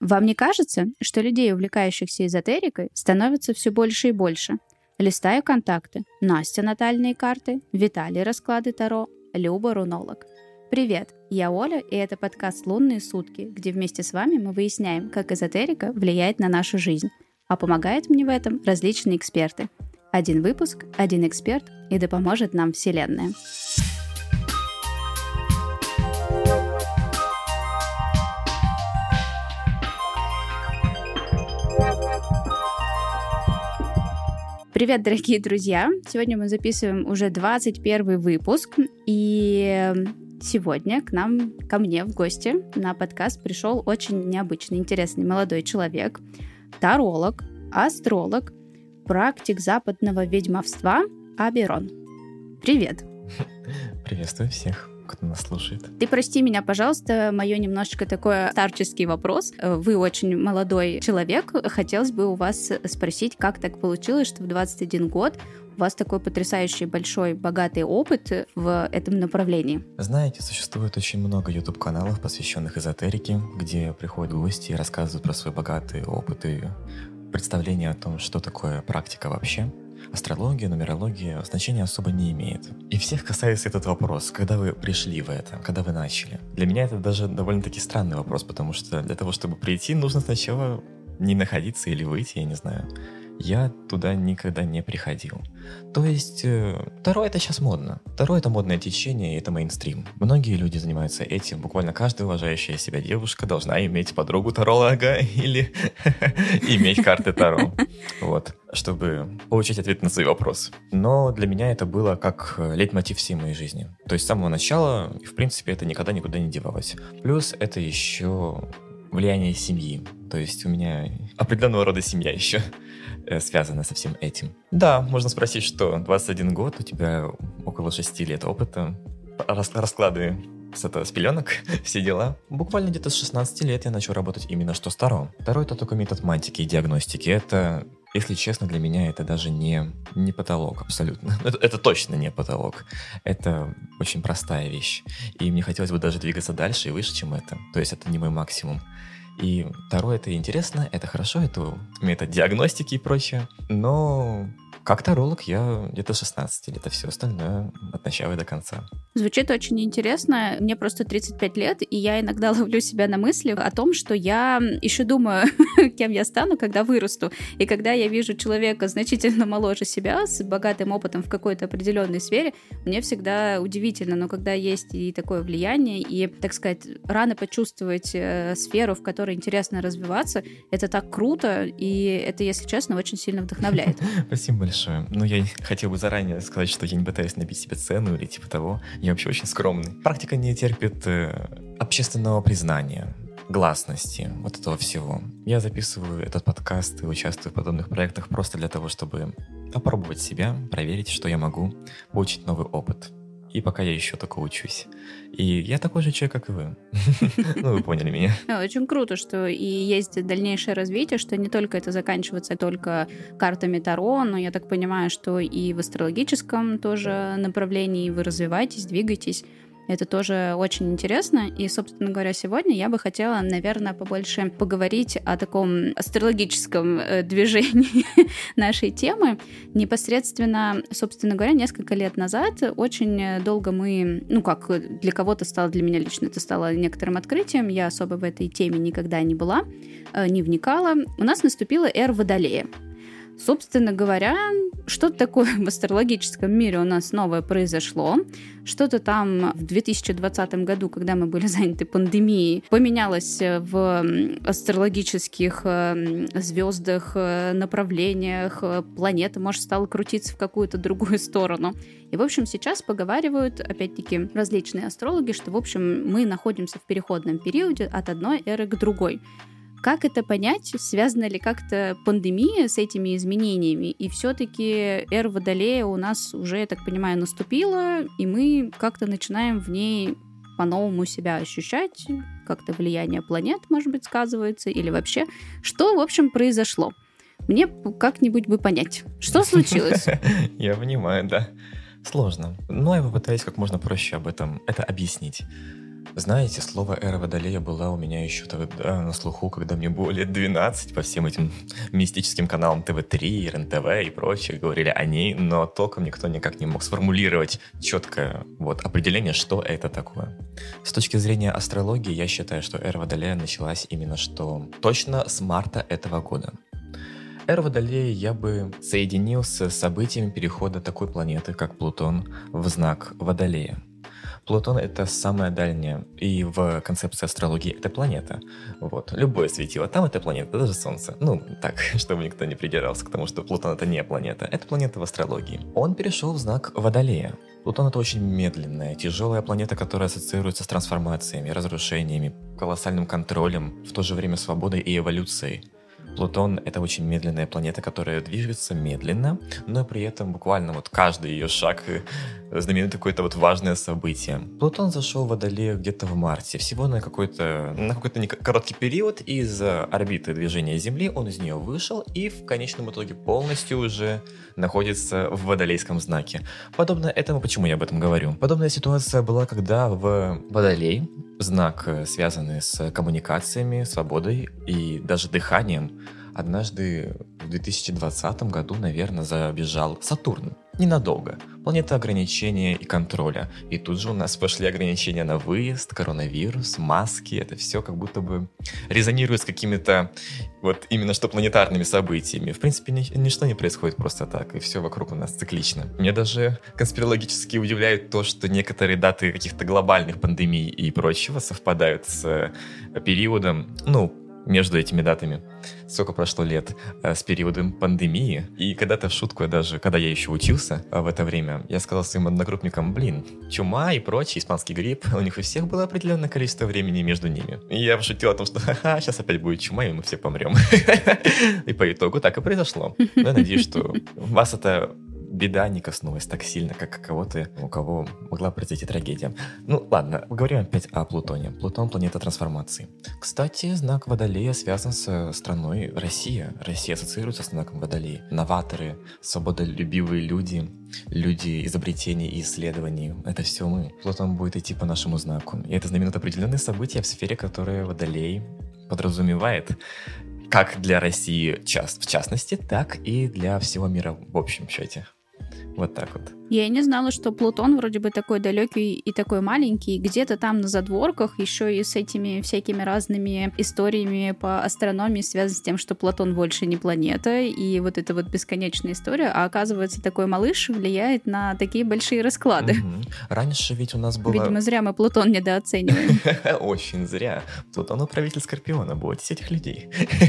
Вам не кажется, что людей, увлекающихся эзотерикой, становится все больше и больше? Листаю контакты. Настя — натальные карты, Виталий — расклады Таро, Люба — рунолог. Привет, я Оля, и это подкаст «Лунные сутки», где вместе с вами мы выясняем, как эзотерика влияет на нашу жизнь. А помогают мне в этом различные эксперты. Один выпуск, один эксперт, и да поможет нам Вселенная. Привет, дорогие друзья! Сегодня мы записываем уже 21 выпуск, и сегодня ко мне в гости на подкаст пришел очень необычный, интересный молодой человек, таролог, астролог, практик западного ведьмовства Аберон. Привет! Приветствую всех, кто нас слушает. Ты прости меня, пожалуйста, мое немножечко такой старческий вопрос. Вы очень молодой человек. Хотелось бы у вас спросить, как так получилось, что в 21 год у вас такой потрясающий, большой, богатый опыт в этом направлении? Знаете, существует очень много YouTube-каналов, посвященных эзотерике, где приходят гости и рассказывают про свой богатый опыт и представление о том, что такое практика вообще. Астрология, нумерология значения особо не имеет. И всех касается этот вопрос, когда вы пришли в это, когда вы начали. Для меня это даже довольно-таки странный вопрос, потому что для того, чтобы прийти, нужно сначала не находиться или выйти, я не знаю. Я туда никогда не приходил. То есть, Таро — это сейчас модно. Таро — это модное течение, и это мейнстрим. Многие люди занимаются этим. Буквально каждая уважающая себя девушка должна иметь подругу таролога или иметь карты Таро. Вот, чтобы получить ответ на свой вопрос. Но для меня это было как лейтмотив всей моей жизни. То есть с самого начала, и в принципе, это никогда никуда не девалось. Плюс это еще влияние семьи. То есть у меня определенного рода семья еще связана со всем этим. Да, можно спросить, что 21 год, у тебя около 6 лет опыта, расклады с пеленок, все дела. Буквально где-то с 16 лет я начал работать именно что с Таро. Таро — это только метод мантики и диагностики. Это, если честно, для меня это даже не потолок абсолютно. Это точно не потолок. Это очень простая вещь. И мне хотелось бы даже двигаться дальше и выше, чем это. То есть это не мой максимум. И Таро — это интересно, это хорошо, это метод диагностики и прочее. Но как таролог я где-то 16 лет, а все остальное от начала и до конца. Звучит очень интересно. Мне просто 35 лет, и я иногда ловлю себя на мысли о том, что я еще думаю, кем я стану, когда вырасту. И когда я вижу человека значительно моложе себя, с богатым опытом в какой-то определенной сфере, мне всегда удивительно. Но когда есть и такое влияние, и, так сказать, рано почувствовать сферу, в которой интересно развиваться, это так круто, и это, если честно, очень сильно вдохновляет. Спасибо большое. Но я хотел бы заранее сказать, что я не пытаюсь набить себе цену или типа того. Я вообще очень скромный. Практика не терпит общественного признания, гласности, вот этого всего. Я записываю этот подкаст и участвую в подобных проектах просто для того, чтобы попробовать себя, проверить, что я могу, получить новый опыт. И пока я еще только учусь. И я такой же человек, как и вы. Ну, вы поняли меня. Очень круто, что и есть дальнейшее развитие, что не только это заканчивается только картами Таро, но я так понимаю, что и в астрологическом тоже направлении вы развиваетесь, двигаетесь. Это тоже очень интересно. И, собственно говоря, сегодня я бы хотела, наверное, побольше поговорить о таком астрологическом движении нашей темы. Непосредственно, собственно говоря, несколько лет назад очень долго мы, для кого-то стало, для меня лично это стало некоторым открытием. Я особо в этой теме никогда не была, не вникала. У нас наступила эра Водолея. Собственно говоря, что-то такое в астрологическом мире у нас новое произошло. Что-то там в 2020 году, когда мы были заняты пандемией, поменялось в астрологических звездах, направлениях. Планета, может, стала крутиться в какую-то другую сторону. И, в общем, сейчас поговаривают, опять-таки, различные астрологи, что, в общем, мы находимся в переходном периоде от одной эры к другой. Как это понять? Связана ли как-то пандемия с этими изменениями? И все-таки эра Водолея у нас уже, я так понимаю, наступила, и мы как-то начинаем в ней по-новому себя ощущать, как-то влияние планет, может быть, сказывается, или вообще. Что, в общем, произошло? Мне как-нибудь бы понять, что случилось? Я понимаю, да. Сложно. Но я попытаюсь как можно проще об этом это объяснить. Знаете, слово «эра Водолея» была у меня еще тогда на слуху, когда мне было лет 12, по всем этим мистическим каналам ТВ-3, РНТВ и прочее говорили о ней, но толком никто никак не мог сформулировать четкое определение, что это такое. С точки зрения астрологии, я считаю, что эра Водолея началась именно что точно с марта этого года. Эру Водолея я бы соединил с событиями перехода такой планеты, как Плутон, в знак Водолея. Плутон — это самая дальняя, и в концепции астрологии это планета. Любое светило там — это планета, даже Солнце. Так, чтобы никто не придирался к тому, что Плутон — это не планета, это планета в астрологии. Он перешел в знак Водолея. Плутон — это очень медленная, тяжелая планета, которая ассоциируется с трансформациями, разрушениями, колоссальным контролем, в то же время свободой и эволюцией. Плутон — это очень медленная планета, которая движется медленно, но при этом буквально каждый ее шаг знаменует какое-то важное событие. Плутон зашел в Водолею где-то в марте, всего на какой-то короткий период из орбиты движения Земли, он из нее вышел и в конечном итоге полностью уже находится в Водолейском знаке. Подобно этому, почему я об этом говорю? Подобная ситуация была, когда в Водолей, знак, связанный с коммуникациями, свободой и даже дыханием, однажды в 2020 году, наверное, забежал Сатурн. Ненадолго. Планета ограничения и контроля. И тут же у нас пошли ограничения на выезд, коронавирус, маски. Это все как будто бы резонирует с какими-то именно что планетарными событиями. В принципе, ничто не происходит просто так, и все вокруг у нас циклично. Мне даже конспирологически удивляет то, что некоторые даты каких-то глобальных пандемий и прочего совпадают с периодом, между этими датами. Сколько прошло лет с периодом пандемии. И когда-то в шутку, когда я еще учился в это время, я сказал своим одногруппникам: чума и прочий, испанский грипп, у них у всех было определенное количество времени между ними. И я пошутил о том, что сейчас опять будет чума, и мы все помрем. И по итогу так и произошло. Но я надеюсь, что вас это беда не коснулась так сильно, как кого-то, у кого могла произойти трагедия. Ладно, поговорим опять о Плутоне. Плутон — планета трансформации. Кстати, знак Водолея связан с страной Россия. Россия ассоциируется с знаком Водолея. Новаторы, свободолюбивые люди изобретений и исследований — это все мы. Плутон будет идти по нашему знаку. И это знаменует определенные события в сфере, которые Водолей подразумевает. Как для России в частности, так и для всего мира в общем счете. Вот так вот. Я и не знала, что Плутон вроде бы такой далекий и такой маленький, где-то там на задворках, еще и с этими всякими разными историями по астрономии связаны с тем, что Плутон больше не планета, и эта бесконечная история, а оказывается, такой малыш влияет на такие большие расклады. Раньше ведь у нас было... Видимо, зря мы Плутон недооцениваем. Очень зря. Плутон — управитель Скорпиона, бойтесь этих людей.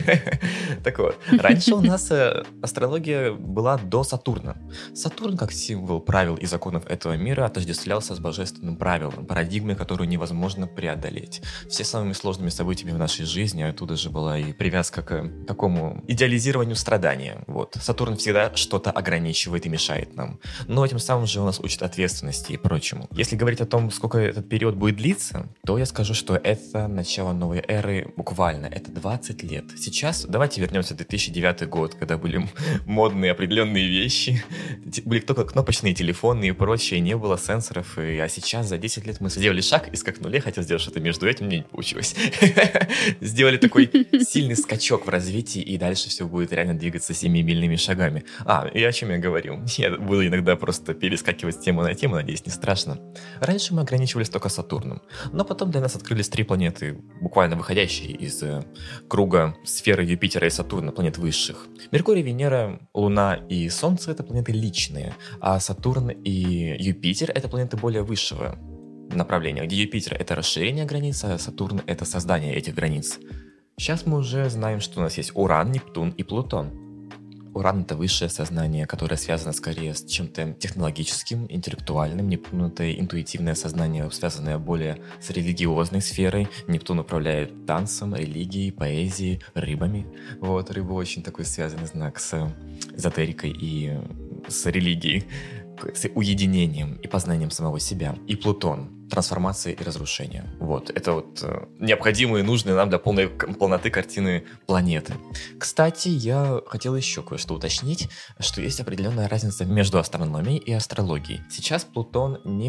Так вот, раньше у нас астрология была до Сатурна. Сатурн, как символ правил и законов этого мира, отождествлялся с божественным правилом, парадигмой, которую невозможно преодолеть. Все самыми сложными событиями в нашей жизни, оттуда же была и привязка к такому идеализированию страдания. Сатурн всегда что-то ограничивает и мешает нам. Но этим самым же он нас учит ответственности и прочему. Если говорить о том, сколько этот период будет длиться, то я скажу, что это начало новой эры буквально. Это 20 лет. Сейчас давайте вернемся в 2009 год, когда были модные определенные вещи, были только кнопочные телефоны и прочее, не было сенсоров, а сейчас за 10 лет мы сделали шаг и скакнули, хотел сделать что-то между этим, мне не получилось. Сделали такой сильный скачок в развитии, и дальше все будет реально двигаться семимильными шагами. И о чем я говорил? Я буду иногда просто перескакивать с темы на тему, надеюсь, не страшно. Раньше мы ограничивались только Сатурном, но потом для нас открылись 3 планеты, буквально выходящие из круга сферы Юпитера и Сатурна, планет высших. Меркурий, Венера, Луна и Солнце — это планеты личные, а Сатурн и Юпитер — это планеты более высшего направления, где Юпитер — это расширение границ, а Сатурн — это создание этих границ. Сейчас мы уже знаем, что у нас есть Уран, Нептун и Плутон. Уран — это высшее сознание, которое связано скорее с чем-то технологическим, интеллектуальным. Нептун — это интуитивное сознание, связанное более с религиозной сферой. Нептун управляет танцем, религией, поэзией, рыбами. Рыба очень такой связанный знак с эзотерикой и с религией, с уединением и познанием самого себя. И Плутон — трансформация и разрушение. Это необходимые и нужные нам для полной полноты картины планеты. Кстати, я хотел еще кое-что уточнить, что есть определенная разница между астрономией и астрологией. Сейчас Плутон не в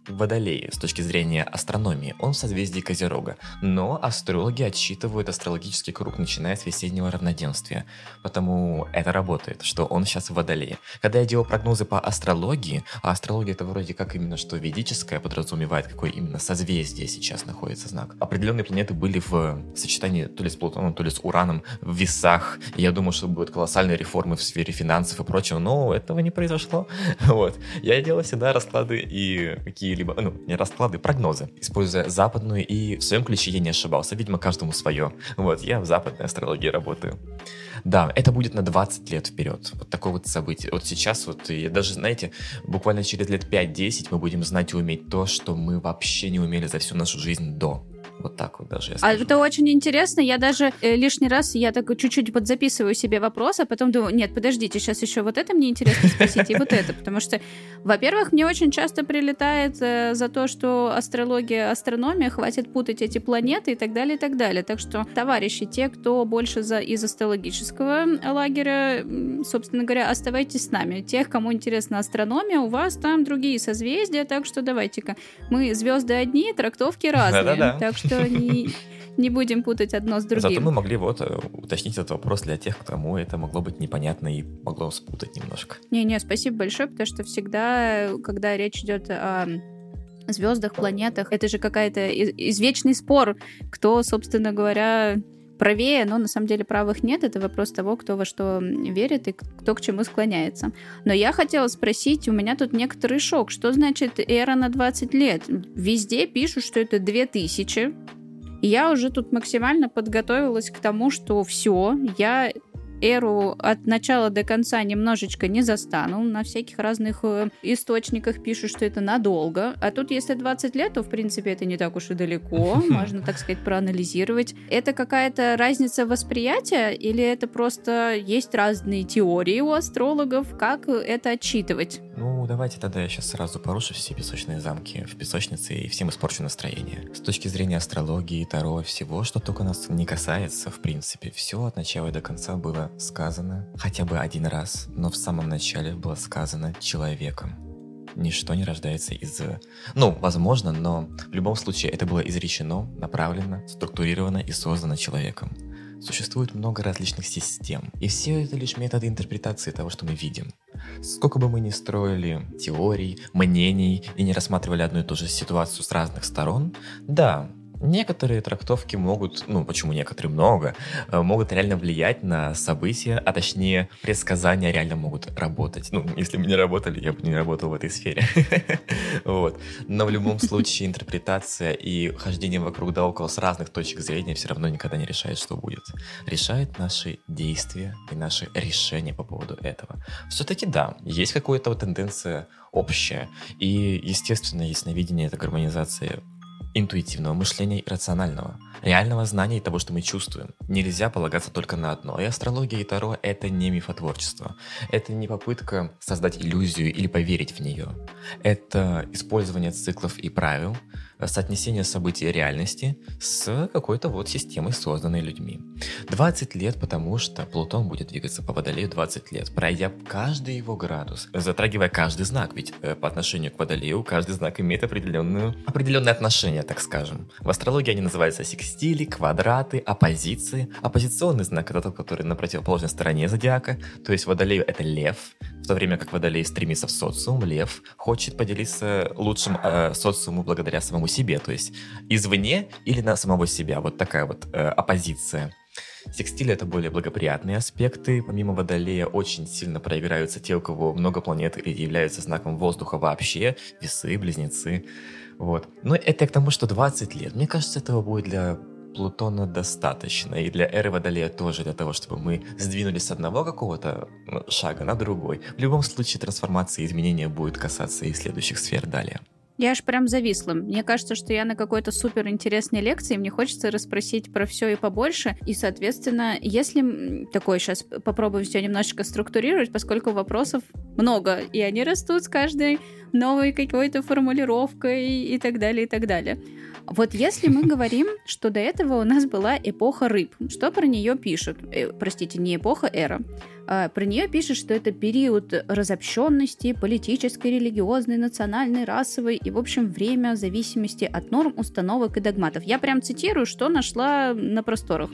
Водолей с точки зрения астрономии, он в созвездии Козерога. Но астрологи отсчитывают астрологический круг, начиная с весеннего равноденствия. Потому это работает, что он сейчас в Водолее. Когда я делал прогнозы по астрологии, а астрология это вроде как именно что ведическое подразумевает, какое именно созвездие сейчас находится знак. Определенные планеты были в сочетании то ли с Плутоном, то ли с Ураном в весах. И я думал, что будут колоссальные реформы в сфере финансов и прочего, но этого не произошло. Вот. Я делал всегда расклады и какие-либо, не расклады, прогнозы, используя западную, и в своем ключе я не ошибался. Видимо, каждому свое. Вот, я в западной астрологии работаю. Да, это будет на 20 лет вперед. Вот такое вот событие. Вот сейчас вот, и даже, знаете, буквально через лет 5-10 мы будем знать и уметь то, что мы вообще не умели за всю нашу жизнь до. Вот так вот даже я скажу. А это очень интересно. Я даже лишний раз, я так чуть-чуть подзаписываю себе вопрос, а потом думаю, нет, подождите, сейчас еще вот это мне интересно спросить, и вот это. Потому что, во-первых, мне очень часто прилетает за то, что астрология, астрономия, хватит путать эти планеты и так далее, и так далее. Так что, товарищи, те, кто больше из астрологического лагеря, собственно говоря, оставайтесь с нами. Тех, кому интересна астрономия, у вас там другие созвездия, так что давайте-ка. Мы звезды одни, трактовки разные. Да-да-да. Так что не будем путать одно с другим. Зато мы могли уточнить этот вопрос для тех, кому это могло быть непонятно и могло спутать немножко. Не-не, спасибо большое, потому что всегда, когда речь идет о звездах, планетах, это же какая-то извечный спор, кто, собственно говоря, правее, но на самом деле правых нет. Это вопрос того, кто во что верит и кто к чему склоняется. Но я хотела спросить, у меня тут некоторый шок. Что значит эра на 20 лет? Везде пишут, что это 2000. И я уже тут максимально подготовилась к тому, что все, я эру от начала до конца немножечко не застану. На всяких разных источниках пишут, что это надолго. А тут, если 20 лет, то, в принципе, это не так уж и далеко. Можно, так сказать, проанализировать. Это какая-то разница восприятия или это просто есть разные теории у астрологов? Как это отчитывать? Ну, давайте тогда я сейчас сразу порушу все песочные замки в песочнице и всем испорчу настроение. С точки зрения астрологии, таро, всего, что только нас не касается, в принципе, все от начала и до конца было сказано хотя бы один раз, но в самом начале было сказано человеком. Ничто не рождается из... возможно, но в любом случае это было изречено, направлено, структурировано и создано человеком. Существует много различных систем, и все это лишь методы интерпретации того, что мы видим. Сколько бы мы ни строили теорий, мнений и не рассматривали одну и ту же ситуацию с разных сторон, да, некоторые трактовки могут, почему некоторые, много, могут реально влиять на события, а точнее предсказания реально могут работать. Если бы не работали, я бы не работал в этой сфере. Вот. Но в любом случае интерпретация и хождение вокруг да около с разных точек зрения все равно никогда не решает, что будет. Решает наши действия и наши решения по поводу этого. Все-таки да, есть какая-то тенденция общая. И, естественно, ясновидение — это гармонизация интуитивного мышления и рационального, реального знания и того, что мы чувствуем. Нельзя полагаться только на одно. И астрология, и таро — это не мифотворчество. Это не попытка создать иллюзию или поверить в нее. Это использование циклов и правил, соотнесение событий реальности с какой-то системой, созданной людьми. 20 лет, потому что Плутон будет двигаться по Водолею 20 лет, пройдя каждый его градус, затрагивая каждый знак, ведь по отношению к Водолею каждый знак имеет определенное отношение, так скажем. В астрологии они называются секстили, квадраты, оппозиции. Оппозиционный знак — это тот, который на противоположной стороне зодиака, то есть Водолею — это лев, в то время как Водолей стремится в социум, лев хочет поделиться лучшим социуму благодаря самому себе, то есть извне или на самого себя. Вот такая оппозиция. Секстиль — это более благоприятные аспекты. Помимо Водолея очень сильно проиграются те, у кого много планет и являются знаком воздуха вообще, весы, близнецы. Вот. Но это к тому, что 20 лет. Мне кажется, этого будет для Плутона достаточно. И для эры Водолея тоже, для того, чтобы мы сдвинулись с одного какого-то шага на другой. В любом случае трансформация и изменения будет касаться и следующих сфер далее. Я аж прям зависла. Мне кажется, что я на какой-то супер интересной лекции, мне хочется расспросить про все и побольше. И, соответственно, если такое, сейчас попробую все немножечко структурировать, поскольку вопросов много, и они растут с каждой новой какой-то формулировкой и так далее, и так далее. Вот если мы говорим, что до этого у нас была эпоха рыб, что про нее пишут? Простите, не эпоха, эра. Про нее пишут, что это период разобщенности политической, религиозной, национальной, расовой и, в общем, время зависимости от норм, установок и догматов. Я прям цитирую, что нашла на просторах.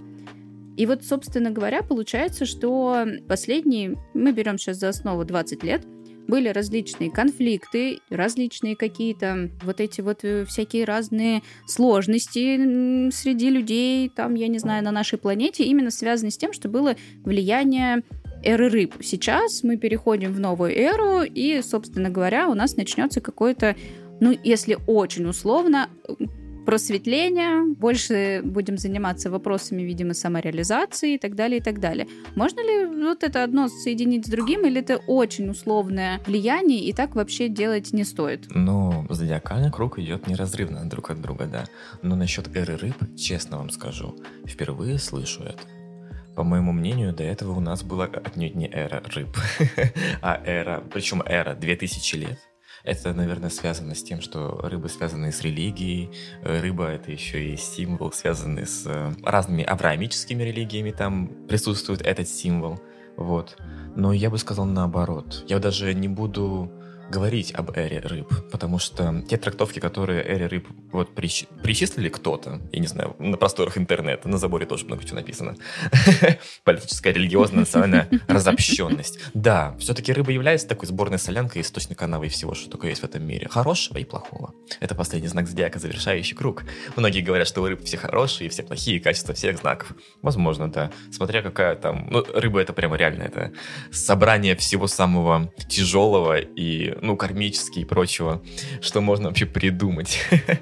И вот, собственно говоря, получается, что последние, мы берем сейчас за основу 20 лет, были различные конфликты, различные какие-то вот эти вот всякие разные сложности среди людей, там, я не знаю, на нашей планете, именно связаны с тем, что было влияние эры рыб. Сейчас мы переходим в новую эру, и, собственно говоря, у нас начнется какое-то, ну, если очень условно, просветление, больше будем заниматься вопросами, видимо, самореализации и так далее, и так далее. Можно ли вот это одно соединить с другим, или это очень условное влияние, и так вообще делать не стоит? Ну, зодиакальный круг идет неразрывно друг от друга, да. Но насчет эры рыб, честно вам скажу, впервые слышу это. По моему мнению, до этого у нас была отнюдь не эра рыб, а эра, причем эра 2000 лет. Это, наверное, связано с тем, что рыбы связаны с религией. Рыба — это еще и символ, связанный с разными авраамическими религиями. Там присутствует этот символ. Вот. Но я бы сказал наоборот. Я даже не буду говорить об эре рыб, потому что те трактовки, которые эре рыб вот причислили кто-то, я не знаю, на просторах интернета, на заборе тоже много чего написано, политическая, религиозная, национальная разобщенность. Да, все-таки рыба является такой сборной солянкой, источник канавы и всего, что только есть в этом мире. Хорошего и плохого. Это последний знак зодиака, завершающий круг. Многие говорят, что у рыб все хорошие, все плохие, качество всех знаков. Возможно, да. Смотря какая там... Ну, рыба — это прямо реально, это собрание всего самого тяжелого и, ну, кармически и прочего, что можно вообще придумать.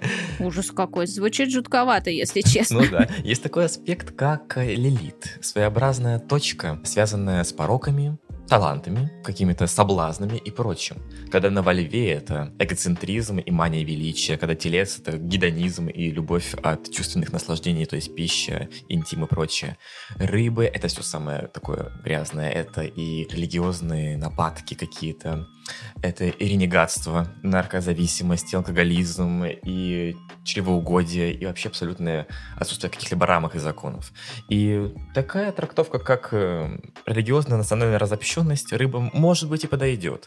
Ужас какой. Звучит жутковато, если честно. Ну да. Есть такой аспект, как Лилит. Своеобразная точка, связанная с пороками, талантами, какими-то соблазнами и прочим. Когда на во льве это эгоцентризм и мания величия, когда телец — это гедонизм и любовь от чувственных наслаждений, то есть пища, интим и прочее. Рыбы — это все самое такое грязное, это и религиозные нападки какие-то, это и ренегатство, наркозависимость, алкоголизм, и чревоугодие, и вообще абсолютное отсутствие каких-либо рамок и законов. И такая трактовка, как религиозная национальная разобщенность, рыбам, может быть, и подойдет.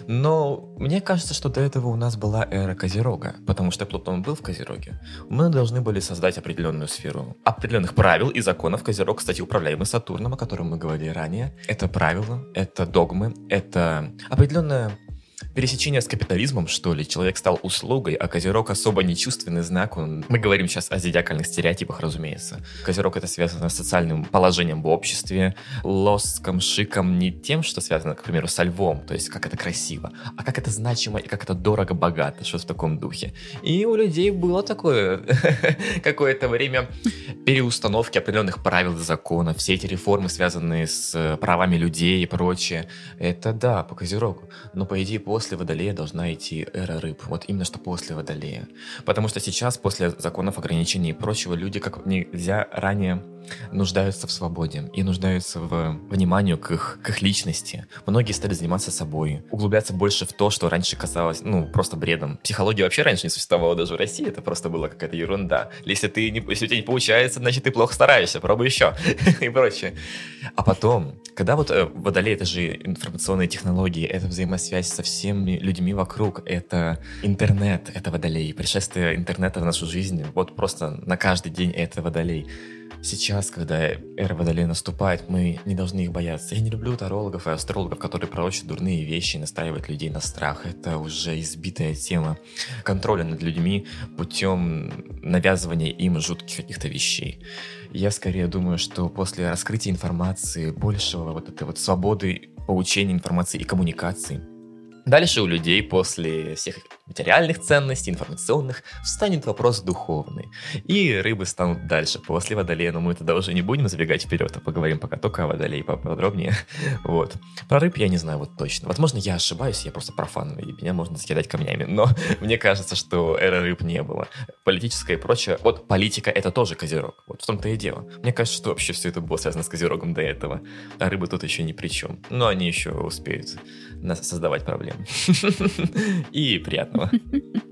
Но мне кажется, что до этого у нас была эра Козерога, потому что Плутон был в Козероге. Мы должны были создать определенную сферу определенных правил и законов. Козерог, кстати, управляемый Сатурном, о котором мы говорили ранее. Это правила, это догмы, это определенная пересечение с капитализмом, что ли. Человек стал услугой, а Козерог особо нечувственный знак. Мы говорим сейчас о зодиакальных стереотипах, разумеется. Козерог — это связано с социальным положением в обществе, лоском, шиком, не тем, что связано, к примеру, со львом, то есть как это красиво, а как это значимо и как это дорого-богато, что в таком духе. И у людей было такое какое-то время переустановки определенных правил и законов, все эти реформы, связанные с правами людей и прочее. Это да, по Козерогу. Но по идее после Водолея должна идти эра рыб. Вот именно что после Водолея. Потому что сейчас, после законов, ограничений и прочего, люди как нельзя ранее нуждаются в свободе и нуждаются в внимании к их личности. Многие стали заниматься собой, углубляться больше в то, что раньше казалось, ну, просто бредом. Психология вообще раньше не существовала даже в России, это просто была какая-то ерунда. Если у тебя не получается, значит, ты плохо стараешься, пробуй еще и прочее. А потом, когда вот Водолей — это же информационные технологии, это взаимосвязь со всеми людьми вокруг, это интернет, это Водолей, пришествие интернета в нашу жизнь, вот просто на каждый день это Водолей. Сейчас, когда эра Водолея наступает, мы не должны их бояться. Я не люблю тарологов и астрологов, которые пророчат дурные вещи и настраивают людей на страх. Это уже избитая тема контроля над людьми путем навязывания им жутких каких-то вещей. Я скорее думаю, что после раскрытия информации, большего вот этой вот свободы получения информации и коммуникации, дальше у людей после всех материальных ценностей, информационных, встанет вопрос духовный. И рыбы станут дальше, после Водолея, но мы тогда уже не будем забегать вперед, а поговорим пока только о Водолее поподробнее. Вот. Про рыб я не знаю вот точно. Возможно, я ошибаюсь, я просто профан, и меня можно закидать камнями, но мне кажется, что эры рыб не было. Политическая и прочее. Вот политика — это тоже Козерог. Вот в том-то и дело. Мне кажется, что вообще все это было связано с Козерогом до этого, а рыбы тут еще ни при чем. Но они еще успеют создавать проблемы. И приятного.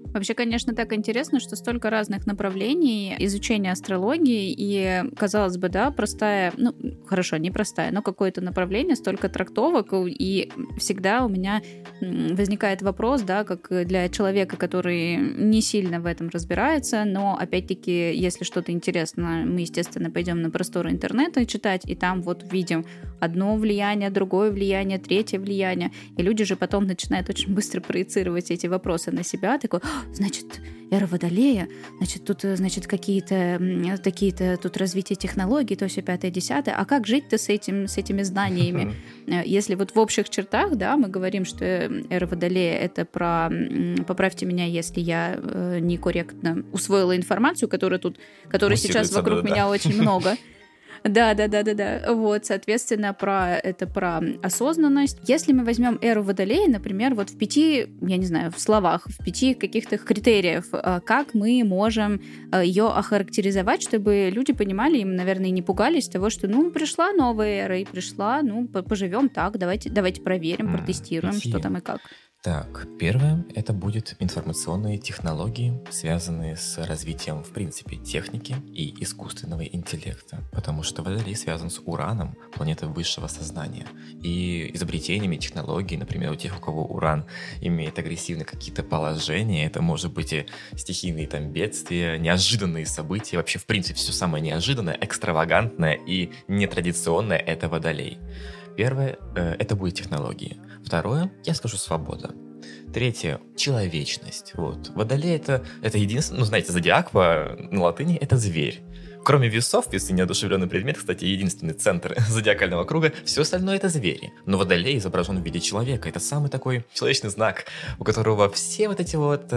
Вообще, конечно, так интересно, что столько разных направлений изучения астрологии, и, казалось бы, да, простая, ну, хорошо, не простая, но какое-то направление, столько трактовок, и всегда у меня возникает вопрос, да, как для человека, который не сильно в этом разбирается, но, опять-таки, если что-то интересно, мы, естественно, пойдем на просторы интернета читать, и там вот видим одно влияние, другое влияние, третье влияние, и люди же потом начинают очень быстро проецировать эти вопросы на себя, такой: значит, эра Водолея, значит, тут, значит, какие-то такие-то тут развитие технологий, то все 5-10, а как жить-то с этими знаниями? Если вот в общих чертах, да, мы говорим, что эра Водолея — это про, поправьте меня, если я некорректно усвоила информацию, которой сейчас вокруг меня очень много. Да. Вот, соответственно, это про осознанность. Если мы возьмем эру Водолея, например, вот в 5, я не знаю, в словах, в 5 каких-то критериев, как мы можем ее охарактеризовать, чтобы люди понимали, им, наверное, не пугались того, что, ну, пришла новая эра, и пришла, ну, поживем так, давайте проверим, протестируем, что там и как. Так, первое, это будет информационные технологии, связанные с развитием, в принципе, техники и искусственного интеллекта, потому что Водолей связан с Ураном, планетой высшего сознания, и изобретениями технологий, например, у тех, у кого Уран имеет агрессивные какие-то положения, это может быть и стихийные там бедствия, неожиданные события, вообще, в принципе, все самое неожиданное, экстравагантное и нетрадиционное — это Водолей. Первое, это будет технологии. Второе, я скажу, свобода. Третье, человечность. Вот. Водолей это единственное, ну, знаете, зодиак на латыни — это зверь. Кроме весов, весы — неодушевленный предмет, кстати, единственный центр зодиакального круга, все остальное — это звери. Но Водолей изображен в виде человека. Это самый такой человечный знак, у которого все вот эти вот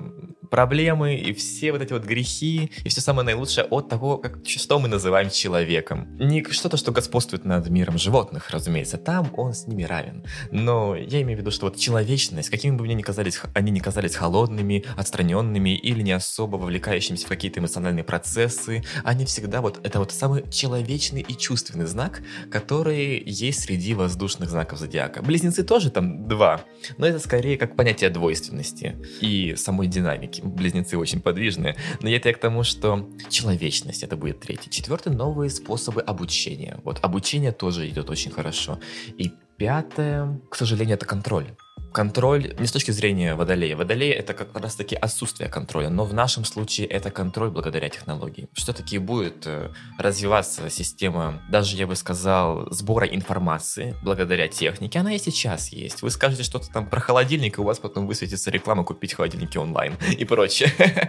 проблемы и все вот эти вот грехи, и все самое наилучшее от того, что мы называем человеком. Не что-то, что господствует над миром животных, разумеется, там он с ними равен. Но я имею в виду, что вот человечность, какими бы они ни казались холодными, отстраненными или не особо вовлекающимися в какие-то эмоциональные процессы, они всегда вот это вот самый человечный и чувственный знак, который есть среди воздушных знаков зодиака. Близнецы тоже там 2, но это скорее как понятие двойственности и самой динамики. Близнецы очень подвижные, но это к тому, что человечность — это будет 3. 4, новые способы обучения. Вот обучение тоже идет очень хорошо. И 5, к сожалению, это контроль. Контроль не с точки зрения Водолея. Водолей — это как раз-таки отсутствие контроля, но в нашем случае это контроль благодаря технологии. Все-таки будет развиваться система, даже я бы сказал, сбора информации благодаря технике. Она и сейчас есть. Вы скажете что-то там про холодильник, и у вас потом высветится реклама «Купить холодильники онлайн» и прочее.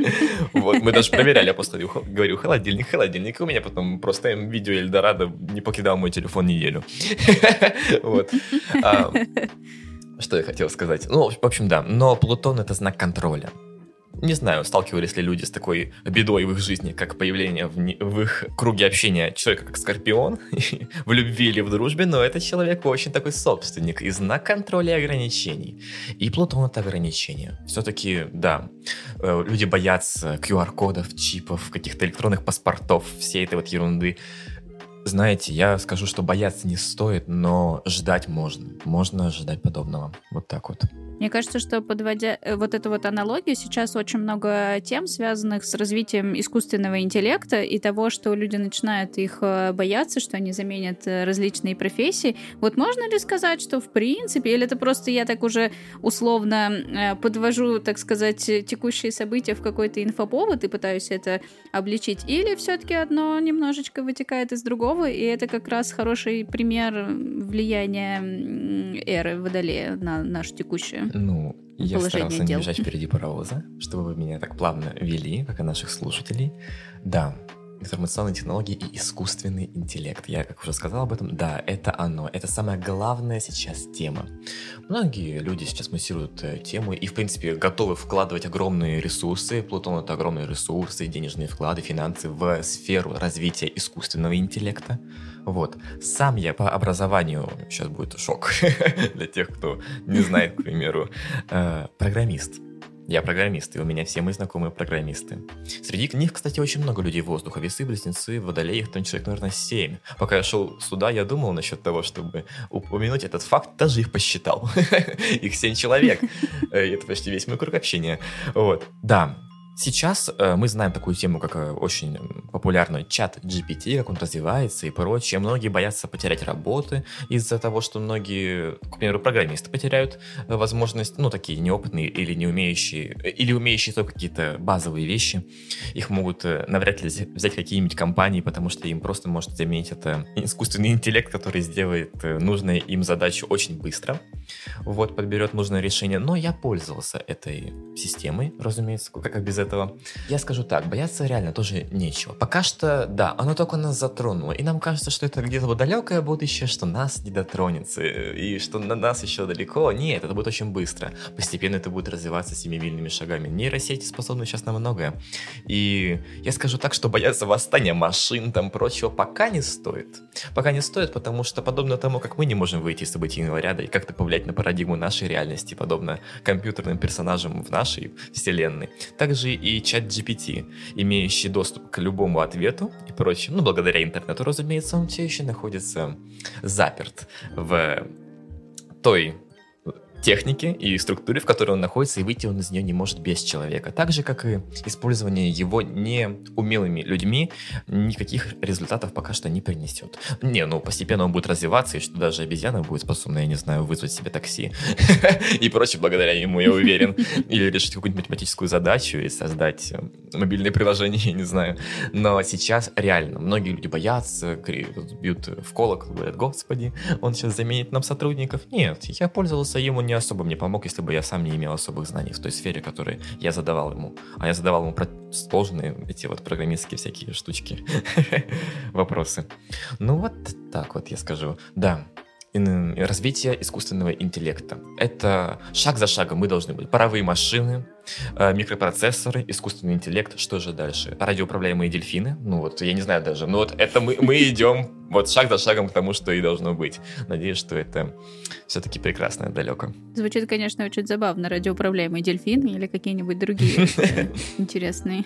Вот, мы даже проверяли, я просто говорю: холодильник, у меня потом просто видео Эльдорадо не покидал мой телефон неделю. Вот. Что я хотел сказать? Ну, в общем, да. Но Плутон — это знак контроля. Не знаю, сталкивались ли люди с такой бедой в их жизни, как появление в их круге общения человека как Скорпион, в любви или в дружбе, но этот человек очень такой собственник и знак контроля и ограничений. И Плутон — это ограничение. Все-таки, да, люди боятся QR-кодов, чипов, каких-то электронных паспортов, всей этой вот ерунды. Знаете, я скажу, что бояться не стоит, но ждать можно. Можно ожидать подобного. Вот так вот. Мне кажется, что, подводя вот эту вот аналогию, сейчас очень много тем, связанных с развитием искусственного интеллекта и того, что люди начинают их бояться, что они заменят различные профессии. Вот можно ли сказать, что в принципе, или это просто я так уже условно подвожу, так сказать, текущие события в какой-то инфоповод и пытаюсь это обличить, или все-таки одно немножечко вытекает из другого, и это как раз хороший пример влияния эры Водолея на нашу текущую? Ну, я старался не бежать впереди паровоза, чтобы вы меня так плавно вели, как и наших слушателей. Да, информационные технологии и искусственный интеллект. Я, как уже сказал об этом, да, это оно. Это самая главная сейчас тема. Многие люди сейчас муссируют тему и, в принципе, готовы вкладывать огромные ресурсы. Плутон — это огромные ресурсы, денежные вклады, финансы в сферу развития искусственного интеллекта. Вот. Сам я по образованию, сейчас будет шок для тех, кто не знает, к примеру, программист. Я программист, и у меня все мои знакомые программисты. Среди них, кстати, очень много людей воздуха. Весы, близнецы, водолеи, их там человек, наверное, 7. Пока я шел сюда, я думал насчет того, чтобы упомянуть этот факт, даже их посчитал. Их 7 человек. Это почти весь мой круг общения. Вот. Да. Сейчас мы знаем такую тему, как очень популярный чат GPT, как он развивается и прочее. Многие боятся потерять работы из-за того, что многие, к примеру, программисты потеряют возможность, такие неопытные или не умеющие, или умеющие только какие-то базовые вещи. Их могут навряд ли взять какие-нибудь компании, потому что им просто может заменить это искусственный интеллект, который сделает нужную им задачу очень быстро. Вот, подберет нужное решение. Но я пользовался этой системой, разумеется, как без этого. Я скажу так, бояться реально тоже нечего. Пока что, да, оно только нас затронуло. И нам кажется, что это где-то вот далекое будущее, что нас не дотронется. И что на нас еще далеко. Нет, это будет очень быстро. Постепенно это будет развиваться семимильными шагами. Нейросети способны сейчас на многое. И я скажу так, что бояться восстания машин, там прочего, пока не стоит. Пока не стоит, потому что подобно тому, как мы не можем выйти из событийного ряда и как-то повлиять на парадигму нашей реальности, подобно компьютерным персонажам в нашей вселенной, также и чат GPT, имеющий доступ к любому ответу и прочее, благодаря интернету, разумеется, он все еще находится заперт в той технике и структуре, в которой он находится, и выйти он из нее не может без человека. Так же, как и использование его неумелыми людьми никаких результатов пока что не принесет. Постепенно он будет развиваться, и что даже обезьяна будет способна, я не знаю, вызвать себе такси и прочее благодаря ему, я уверен. Или решить какую-нибудь математическую задачу и создать мобильное приложение, я не знаю. Но сейчас реально многие люди боятся, бьют в колокол, говорят: господи, он сейчас заменит нам сотрудников. Нет, я пользовался ему, не особо мне помог, если бы я сам не имел особых знаний в той сфере, которую я задавал ему. А я задавал ему сложные эти вот программистские всякие штучки, вопросы. Так вот я скажу. Да, развитие искусственного интеллекта. Это шаг за шагом мы должны быть. Паровые машины, микропроцессоры, искусственный интеллект. Что же дальше? Радиоуправляемые дельфины? Я не знаю даже. Это мы идем шаг за шагом к тому, что и должно быть. Надеюсь, что это все-таки прекрасно и далеко. Звучит, конечно, очень забавно. Радиоуправляемый дельфин или какие-нибудь другие интересные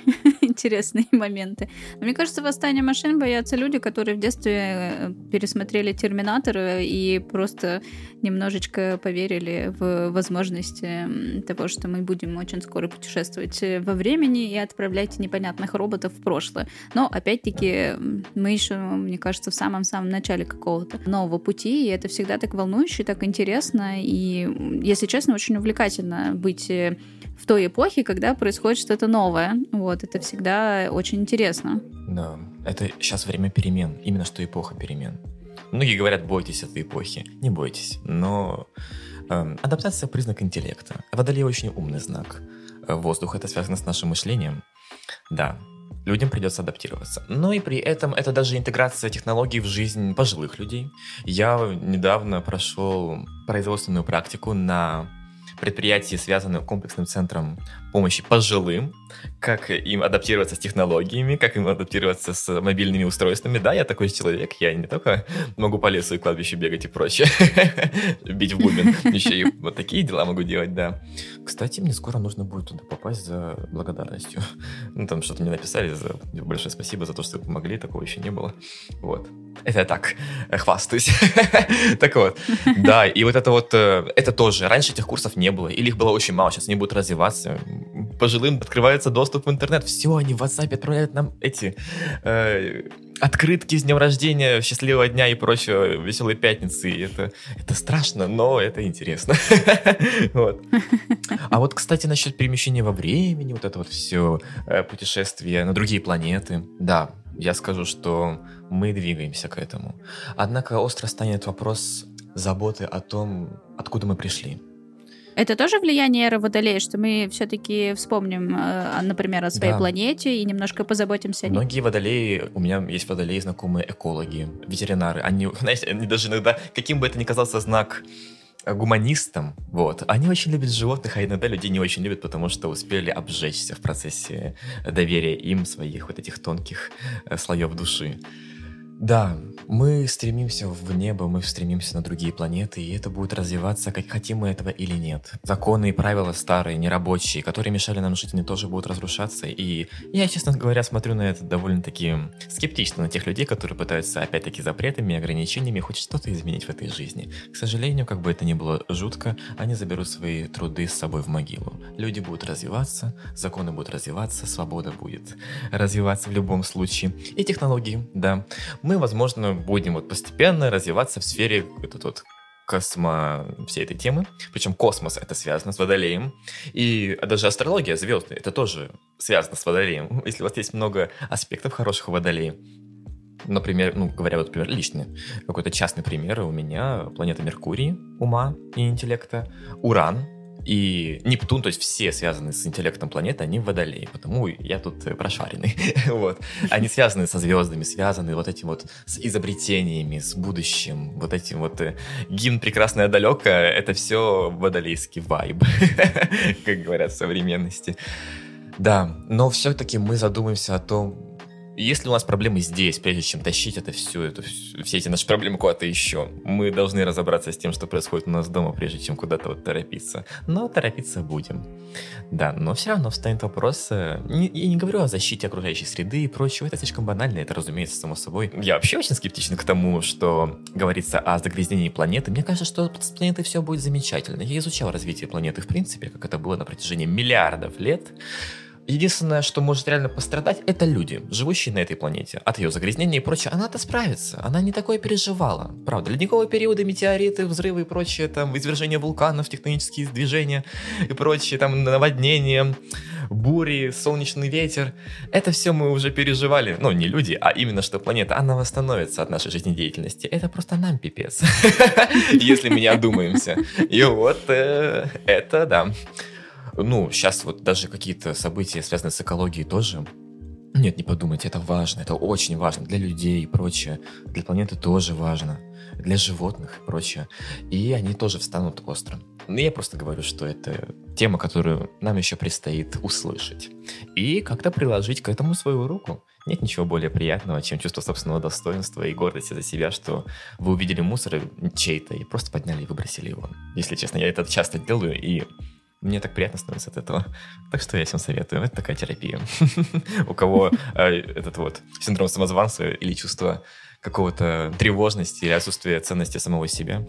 моменты. Мне кажется, восстание машин боятся люди, которые в детстве пересмотрели «Терминатор» и просто немножечко поверили в возможности того, что мы будем очень скоро путешествовать во времени и отправлять непонятных роботов в прошлое. Но, опять-таки, мы еще, мне кажется, в самом-самом начале какого-то нового пути, и это всегда так волнующе, так интересно, и, если честно, очень увлекательно быть в той эпохе, когда происходит что-то новое. Это всегда очень интересно. Да, это сейчас время перемен, именно что эпоха перемен. Многие говорят: бойтесь этой эпохи. Не бойтесь, но адаптация — признак интеллекта. Водолей — очень умный знак. Воздух — это связано с нашим мышлением. Да, людям придется адаптироваться. Но и при этом это даже интеграция технологий в жизнь пожилых людей. Я недавно прошел производственную практику на предприятии, связанном с комплексным центром помощи пожилым, как им адаптироваться с технологиями, как им адаптироваться с мобильными устройствами. Да, я такой человек, я не только могу по лесу и кладбищу бегать и прочее, бить в бубен, еще и вот такие дела могу делать, да. Кстати, мне скоро нужно будет туда попасть за благодарностью. Там что-то мне написали, большое спасибо за то, что вы помогли, такого еще не было. Это я так хвастаюсь. Так вот, да, и это тоже. Раньше этих курсов не было, или их было очень мало, сейчас они будут развиваться. Пожилым открывается доступ в интернет, все, они в WhatsApp отправляют нам эти открытки с днем рождения, счастливого дня и прочего, веселой пятницы. Это страшно, но это интересно. А кстати, насчет перемещения во времени, это все путешествия на другие планеты, да, я скажу, что мы двигаемся к этому. Однако остро станет вопрос заботы о том, откуда мы пришли. Это тоже влияние эры Водолея, что мы все-таки вспомним, например, о своей планете и немножко позаботимся о ней? Многие водолеи, у меня есть водолеи, знакомые экологи, ветеринары. Они, знаете, они даже иногда, каким бы это ни казался знак гуманистам, они очень любят животных, а иногда людей не очень любят, потому что успели обжечься в процессе доверия им своих этих тонких слоев души. Да, Мы стремимся в небо, мы стремимся на другие планеты, и это будет развиваться, как хотим мы этого или нет. Законы и правила старые, нерабочие, которые мешали нам жить, они тоже будут разрушаться. И я, честно говоря, смотрю на это довольно-таки скептично, на тех людей, которые пытаются, опять-таки, запретами, ограничениями хоть что-то изменить в этой жизни. К сожалению, как бы это ни было жутко, они заберут свои труды с собой в могилу. Люди будут развиваться, законы будут развиваться, свобода будет развиваться в любом случае. И технологии, да. Мы, возможно, будем вот постепенно развиваться в сфере всей этой темы. Причем космос это связано с Водолеем. И даже астрология, звезды, это тоже связано с Водолеем. Если у вас есть много аспектов хороших у Водолея, например, говоря, вот, например, личный, какой-то частный пример, у меня планета Меркурий, ума и интеллекта, Уран и Нептун, то есть все связанные с интеллектом планеты, они в Водолее, потому я тут прошаренный. Вот. Они связаны со звездами, связаны вот этим вот с изобретениями, с будущим, вот этим вот гимн «Прекрасное далеко», это все водолейский вайб, как говорят в современности. Да, но все-таки мы задумаемся о том, если у нас проблемы здесь, прежде чем тащить все эти наши проблемы куда-то еще, мы должны разобраться с тем, что происходит у нас дома, прежде чем куда-то вот торопиться. Но торопиться будем. Да, но все равно встанет вопрос, я не говорю о защите окружающей среды и прочего, это слишком банально, это, разумеется, само собой. Я вообще очень скептичен к тому, что говорится о загрязнении планеты. Мне кажется, что с планетой все будет замечательно. Я изучал развитие планеты в принципе, как это было на протяжении миллиардов лет. Единственное, что может реально пострадать, это люди, живущие на этой планете. От ее загрязнения и прочее, она-то справится. Она не такое переживала. Правда, ледниковые периоды, метеориты, взрывы и прочее, там, извержения вулканов, тектонические движения и прочее, там, наводнения, бури, солнечный ветер. Это все мы уже переживали. Ну, не люди, а именно, что планета, она восстановится от нашей жизнедеятельности. Это просто нам пипец. Если мы не одумаемся. И вот это, да. Сейчас вот даже какие-то события, связанные с экологией, тоже. Нет, не подумайте, это важно, это очень важно для людей и прочее. Для планеты тоже важно, для животных и прочее. И они тоже встанут остро. Я просто говорю, что это тема, которую нам еще предстоит услышать. И как-то приложить к этому свою руку. Нет ничего более приятного, чем чувство собственного достоинства и гордости за себя, что вы увидели мусор чей-то и просто подняли и выбросили его. Если честно, я это часто делаю, и мне так приятно становится от этого. Так что я всем советую. Это такая терапия. У кого этот вот синдром самозванца или чувство какого-то тревожности или отсутствия ценности самого себя,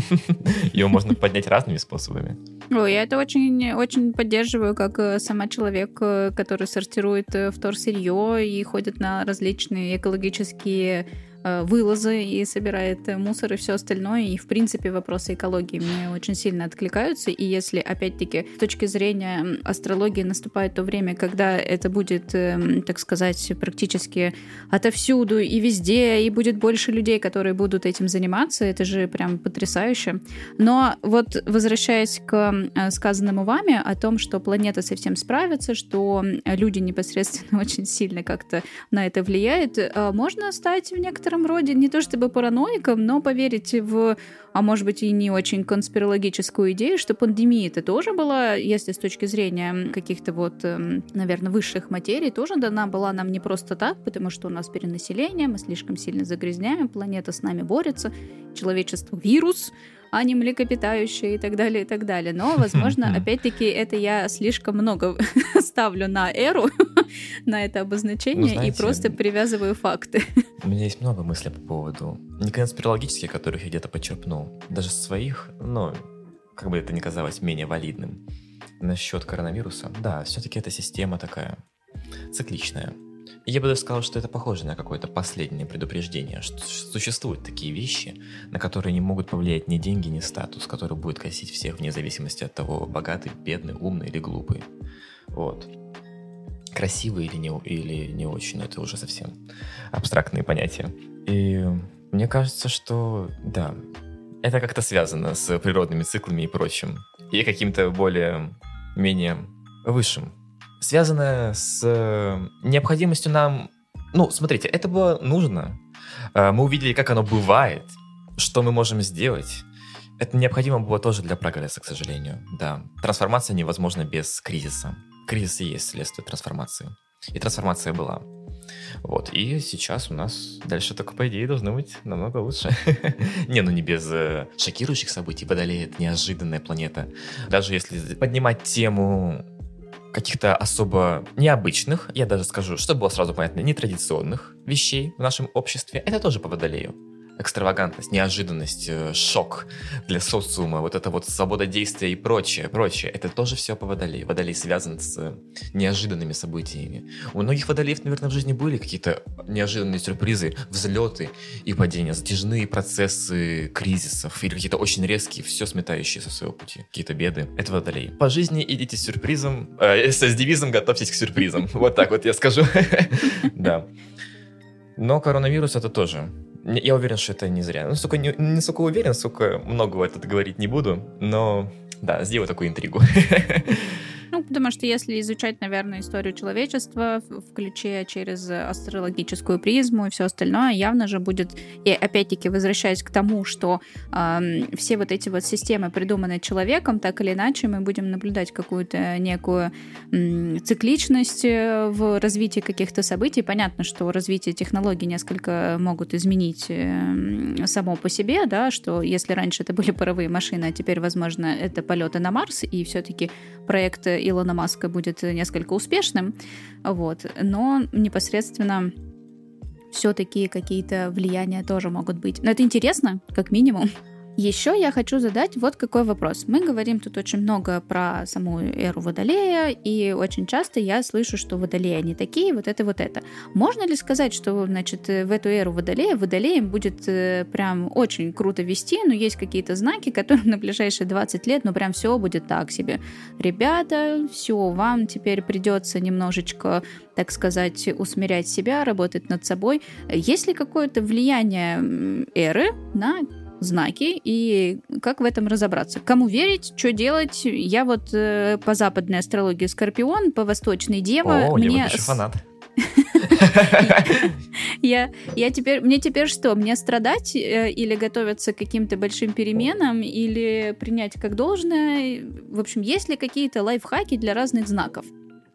его можно поднять разными способами. Ой, я это очень, очень поддерживаю, как сама человек, который сортирует вторсырье и ходит на различные экологические вылазы и собирает мусор и все остальное. И, в принципе, вопросы экологии мне очень сильно откликаются. И если, опять-таки, с точки зрения астрологии наступает то время, когда это будет, так сказать, практически отовсюду и везде, и будет больше людей, которые будут этим заниматься, это же прям потрясающе. Но вот возвращаясь к сказанному вами о том, что планета совсем справится, что люди непосредственно очень сильно как-то на это влияют, можно стать в некотором роде не то чтобы параноиком, но поверить в, а может быть и не очень конспирологическую идею, что пандемия-то тоже была, если с точки зрения каких-то вот, наверное, высших материй, тоже дана была нам не просто так, потому что у нас перенаселение, мы слишком сильно загрязняем, планета с нами борется, человечество вирус, а не млекопитающие и так далее, и так далее. Но, возможно, опять-таки, это я слишком много ставлю на эру, на это обозначение, знаете, и просто привязываю факты. У меня есть много мыслей по поводу не конспирологических, которых я где-то почерпнул, даже своих, но как бы это ни казалось менее валидным. Насчет коронавируса, да, все-таки эта система такая цикличная. Я бы даже сказал, что это похоже на какое-то последнее предупреждение, что существуют такие вещи, на которые не могут повлиять ни деньги, ни статус, который будет косить всех вне зависимости от того, богатый, бедный, умный или глупый. Вот. Красивый или не очень, но это уже совсем абстрактные понятия. И мне кажется, что да, это как-то связано с природными циклами и прочим, и каким-то более-менее высшим. Связано с необходимостью нам... смотрите, это было нужно. Мы увидели, как оно бывает, что мы можем сделать. Это необходимо было тоже для прогресса, к сожалению. Да, трансформация невозможна без кризиса. Кризис и есть следствие трансформации. И трансформация была. Вот, и сейчас у нас дальше только, по идее, должно быть намного лучше. Не без шокирующих событий. Водолей — это неожиданная планета. Даже если поднимать тему каких-то особо необычных, я даже скажу, чтобы было сразу понятно, нетрадиционных вещей в нашем обществе, это тоже по Водолею. Экстравагантность, неожиданность, шок для социума, вот это вот свобода действия и прочее, это тоже все по Водолею. Водолей связан с неожиданными событиями. У многих Водолеев, наверное, в жизни были какие-то неожиданные сюрпризы, взлеты и падения, затяжные процессы кризисов или какие-то очень резкие, все сметающие со своего пути, какие-то беды. Это Водолей. По жизни идите с сюрпризом, с девизом готовьтесь к сюрпризам. Вот так вот я скажу. Да. Но коронавирус это тоже... Я уверен, что это не зря. Ну, сколько не сколько уверен, сколько многого это говорить не буду, но да, сделаю такую интригу. Ну, потому что если изучать, наверное, историю человечества в ключе через астрологическую призму и все остальное, явно же будет, и опять-таки возвращаясь к тому, что все вот эти вот системы придуманы человеком, так или иначе мы будем наблюдать какую-то некую цикличность в развитии каких-то событий. Понятно, что развитие технологий несколько могут изменить само по себе, да, что если раньше это были паровые машины, а теперь, возможно, это полеты на Марс, и все-таки проект Илона Маска будет несколько успешным, вот, но непосредственно все-таки какие-то влияния тоже могут быть. Но это интересно, как минимум. Еще я хочу задать вот какой вопрос. Мы говорим тут очень много про саму эру Водолея, и очень часто я слышу, что Водолеи они такие, вот это. Можно ли сказать, что, значит, в эту эру Водолея Водолеем будет прям очень круто вести, но есть какие-то знаки, которым на ближайшие 20 лет, ну прям все будет так себе. Ребята, все, вам теперь придется немножечко, так сказать, усмирять себя, работать над собой. Есть ли какое-то влияние эры на знаки, и как в этом разобраться? Кому верить, что делать? Я вот по западной астрологии Скорпион, по восточной Дева. О, я еще фанат. Мне теперь что? Мне страдать или готовиться к каким-то большим переменам, или принять как должное? В общем, есть ли какие-то лайфхаки для разных знаков?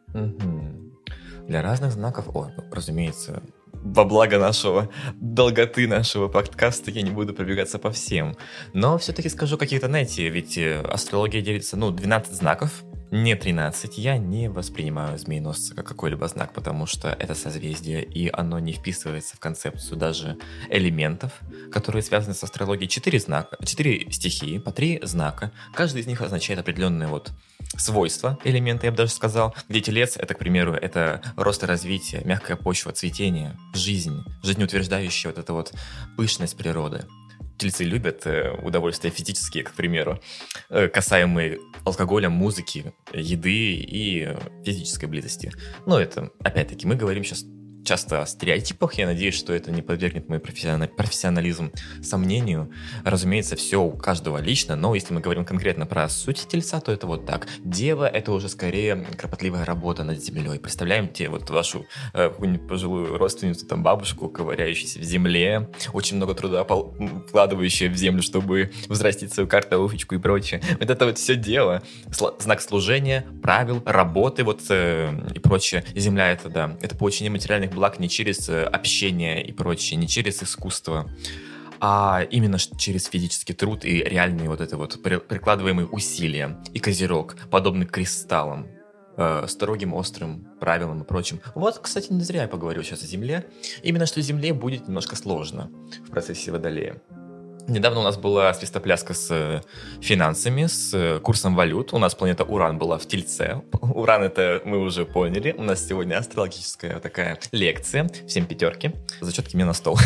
Для разных знаков? Разумеется, во благо долготы нашего подкаста я не буду пробегаться по всем. Но все-таки скажу какие-то, знаете, ведь астрология делится, 12 знаков, не 13. Я не воспринимаю змееносца как какой-либо знак, потому что это созвездие, и оно не вписывается в концепцию даже элементов, которые связаны с астрологией. 4 стихии, по 3 знака. Каждый из них означает определенные свойства элемента, я бы даже сказал. Где телец, это, к примеру, это рост и развитие, мягкая почва, цветение, жизнь, жизнеутверждающая пышность природы. Тельцы любят удовольствия физические, к примеру, касаемые алкоголя, музыки, еды и физической близости. Но это, опять-таки, мы говорим сейчас часто о стереотипах. Я надеюсь, что это не подвергнет мой профессионализм сомнению. Разумеется, все у каждого лично, но если мы говорим конкретно про суть тельца, то это так. Дева — это уже скорее кропотливая работа над землей. Представляем тебе вашу какую-нибудь пожилую родственницу, бабушку, ковыряющуюся в земле, очень много труда вкладывающую в землю, чтобы взрастить свою картошечку и прочее. Вот это все дело. Знак служения, правил, работы и прочее. Земля — это получение материальных благ не через общение и прочее, не через искусство, а именно через физический труд и реальные прикладываемые усилия. И Козерог, подобный кристаллам, строгим, острым правилам и прочим. Кстати, не зря я поговорил сейчас о Земле. Именно что Земле будет немножко сложно в процессе Водолея. Недавно у нас была свистопляска с финансами, с курсом валют. У нас планета Уран была в Тельце. Уран — это мы уже поняли. У нас сегодня астрологическая такая лекция. Всем пятерки. Зачетки мне на стол.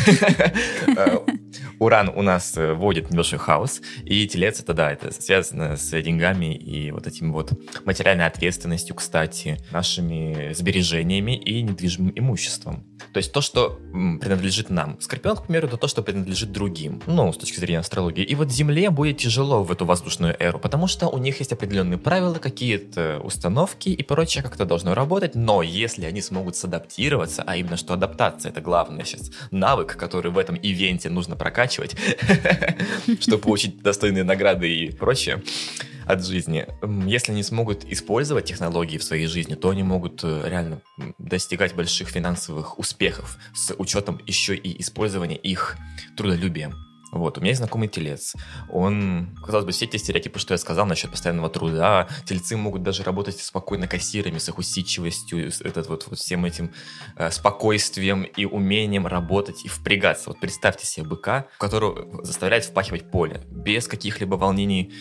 Уран у нас вводит небольшой хаос. И Телец — это связано с деньгами и этим материальной ответственностью, кстати, нашими сбережениями и недвижимым имуществом. То есть то, что принадлежит нам. Скорпион, к примеру, это то, что принадлежит другим. С точки зрения астрологии. И Земле будет тяжело в эту воздушную эру, потому что у них есть определенные правила, какие-то установки и прочее, как это должно работать. Но если они смогут садаптироваться, а именно что адаптация — это главный сейчас навык, который в этом ивенте нужно прокачивать, чтобы получить достойные награды и прочее, от жизни. Если они смогут использовать технологии в своей жизни, то они могут реально достигать больших финансовых успехов с учетом еще и использования их трудолюбия. Вот, у меня есть знакомый телец. Он, казалось бы, все те стереотипы, что я сказал насчет постоянного труда. Тельцы могут даже работать спокойно кассирами, с их усидчивостью, с всем этим спокойствием и умением работать и впрягаться. Вот представьте себе быка, которого заставляет впахивать поле. Без каких-либо волнений,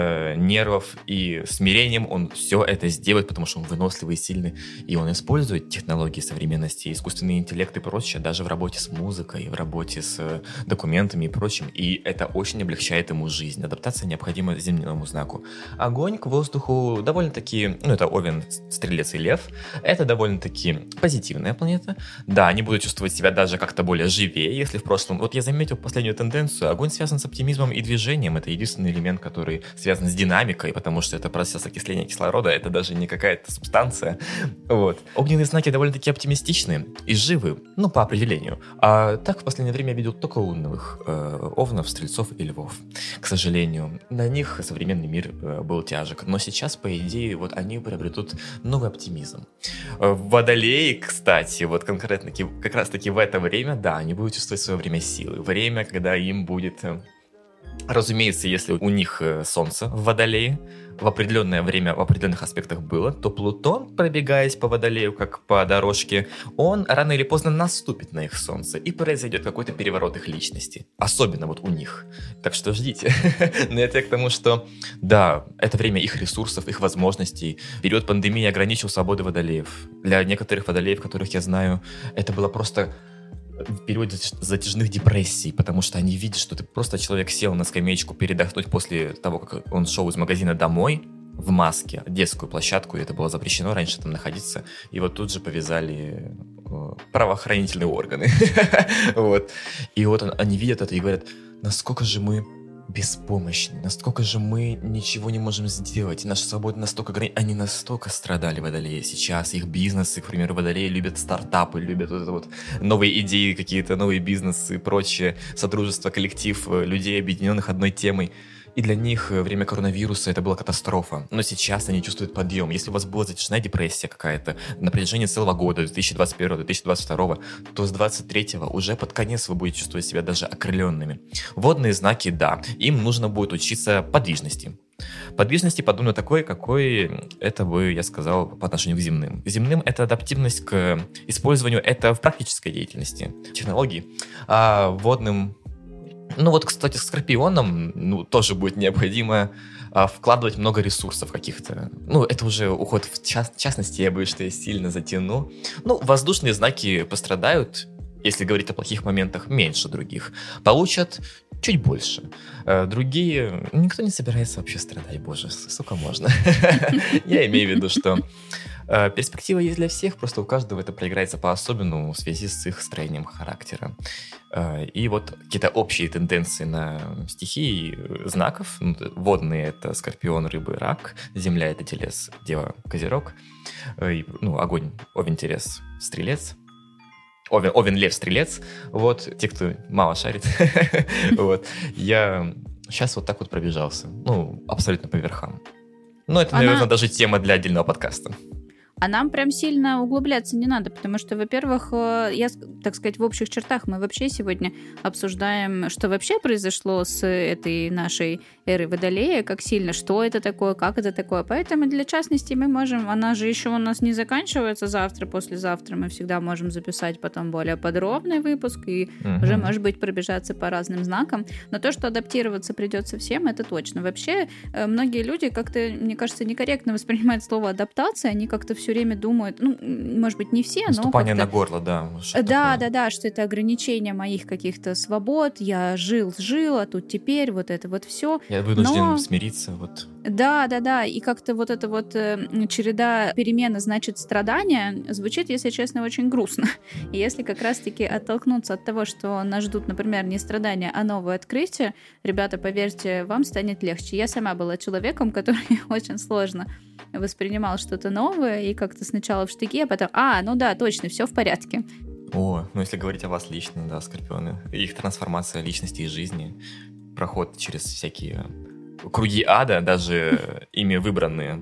нервов и смирением он все это сделает, потому что он выносливый и сильный. И он использует технологии современности, искусственный интеллект и прочее, даже в работе с музыкой, в работе с документами и прочим. И это очень облегчает ему жизнь. Адаптация необходима земному знаку. Огонь к воздуху довольно-таки... это Овен, Стрелец и Лев. Это довольно-таки позитивная планета. Да, они будут чувствовать себя даже как-то более живее, если в прошлом... Вот я заметил последнюю тенденцию. Огонь связан с оптимизмом и движением. Это единственный элемент, который связан с динамикой, потому что это процесс окисления кислорода. Это даже не какая-то субстанция. Вот. Огненные знаки довольно-таки оптимистичны и живы. По определению. А так в последнее время я видел только унылых Овнов, Стрельцов и Львов. К сожалению, на них современный мир был тяжек. Но сейчас, по идее, они приобретут новый оптимизм. Водолеи, кстати, конкретно как раз-таки в это время, да, они будут чувствовать свое время силы. Время, когда им будет... Разумеется, если у них Солнце в Водолее в определенное время в определенных аспектах было, то Плутон, пробегаясь по Водолею, как по дорожке, он рано или поздно наступит на их Солнце, и произойдет какой-то переворот их личности. Особенно у них. Так что ждите. Но это к тому, что, да, это время их ресурсов, их возможностей. Период пандемии ограничил свободы водолеев. Для некоторых водолеев, которых я знаю, это было просто... в период затяжных депрессий, потому что они видят, что ты просто человек сел на скамеечку передохнуть после того, как он шел из магазина домой в маске, детскую площадку, и это было запрещено раньше там находиться, и тут же повязали правоохранительные органы. И они видят это и говорят, насколько же мы беспомощны, насколько же мы ничего не можем сделать, наша свобода настолько они настолько страдали водолеи. Сейчас их бизнесы, к примеру, водолеи любят стартапы, любят новые идеи, какие-то новые бизнесы и прочее, содружество, коллектив людей, объединенных одной темой. И для них время коронавируса это была катастрофа. Но сейчас они чувствуют подъем. Если у вас была затяжная депрессия какая-то на протяжении целого года, 2021-2022, то с 2023 уже под конец вы будете чувствовать себя даже окрыленными. Водные знаки, да, им нужно будет учиться подвижности. Подвижности подобно такой, какой это бы, я сказал, по отношению к земным. Земным — это адаптивность к использованию это в практической деятельности, технологий. А водным... кстати, с Скорпионом, тоже будет необходимо вкладывать много ресурсов каких-то. Это уже уход в частности, я боюсь, что я сильно затяну. Воздушные знаки пострадают, если говорить о плохих моментах, меньше других. Получат чуть больше. Другие... Никто не собирается вообще страдать, боже, сколько можно. Я имею в виду, что перспектива есть для всех, просто у каждого это проиграется по-особенному в связи с их строением характера. И какие-то общие тенденции на стихии знаков. Водные — это Скорпион, Рыбы, Рак. Земля — это Телец, Дева, Козерог. Огонь, Овен, Телец, Стрелец. Овен, Лев, Стрелец. Те, кто мало шарит. Я сейчас так пробежался. Абсолютно по верхам. Это, наверное, даже тема для отдельного подкаста. А нам прям сильно углубляться не надо, потому что, во-первых, так сказать, в общих чертах мы вообще сегодня обсуждаем, что вообще произошло с этой нашей эрой Водолея, как сильно, что это такое, как это такое. Поэтому для частности мы можем, она же еще у нас не заканчивается завтра, послезавтра, мы всегда можем записать потом более подробный выпуск и уже, может быть, пробежаться по разным знакам. Но то, что адаптироваться придется всем, это точно. Вообще, многие люди как-то, мне кажется, некорректно воспринимают слово адаптация, они как-то все время думают, может быть, не все, наступание на горло, да. Да, что это ограничение моих каких-то свобод, я жил, а тут теперь это все. Я вынужден смириться, Да, и как-то эта череда перемен, значит, страдания, звучит, если честно, очень грустно. И если как раз-таки оттолкнуться от того, что нас ждут, например, не страдания, а новые открытия, ребята, поверьте, вам станет легче. Я сама была человеком, который очень сложно воспринимал что-то новое, и как-то сначала в штыки, а потом, точно, все в порядке. Если говорить о вас лично, да, Скорпионы, их трансформация личности и жизни, проход через всякие круги ада, даже ими выбранные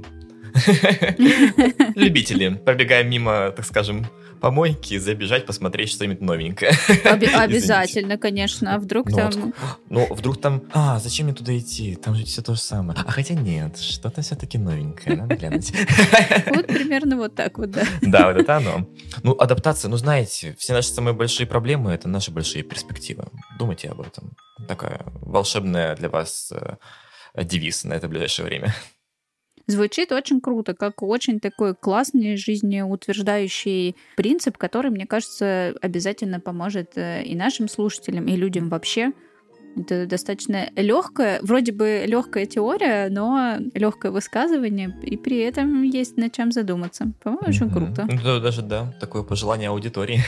любители, пробегаем мимо, так скажем, помойки, забежать, посмотреть что-нибудь новенькое. Обязательно, конечно. А вдруг там... вдруг там... зачем мне туда идти? Там же все то же самое. А хотя нет, что-то все-таки новенькое. Надо глянуть. Вот примерно вот так вот, да. Да, вот это оно. Адаптация, знаете, все наши самые большие проблемы — это наши большие перспективы. Думайте об этом. Такая волшебная для вас девиз на это ближайшее время. Звучит очень круто, как очень такой классный жизнеутверждающий принцип, который, мне кажется, обязательно поможет и нашим слушателям, и людям вообще. Это достаточно легкая, вроде бы легкая теория, но легкое высказывание, и при этом есть над чем задуматься. По-моему, очень круто. Даже, такое пожелание аудитории.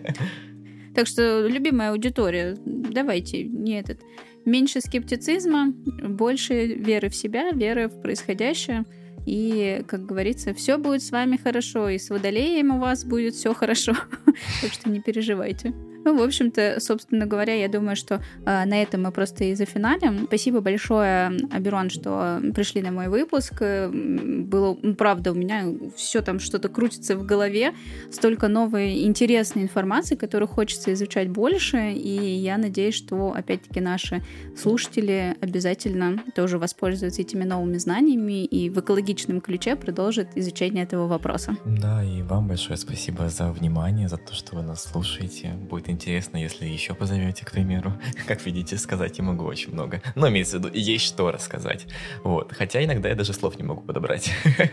Так что, любимая аудитория, давайте меньше скептицизма, больше веры в себя, веры в происходящее. И, как говорится, все будет с вами хорошо, и с Водолеем у вас будет все хорошо. Так что не переживайте. В общем-то, собственно говоря, я думаю, что на этом мы просто и зафиналим. Спасибо большое, Аберон, что пришли на мой выпуск. Было, правда, у меня все там что-то крутится в голове. Столько новой интересной информации, которую хочется изучать больше. И я надеюсь, что, опять-таки, наши слушатели обязательно тоже воспользуются этими новыми знаниями и в экологичном ключе продолжат изучение этого вопроса. Да, и вам большое спасибо за внимание, за то, что вы нас слушаете. Будет интересно, если еще позовете, к примеру. Как видите, сказать я могу очень много. Но имеется в виду, есть что рассказать. Хотя иногда я даже слов не могу подобрать.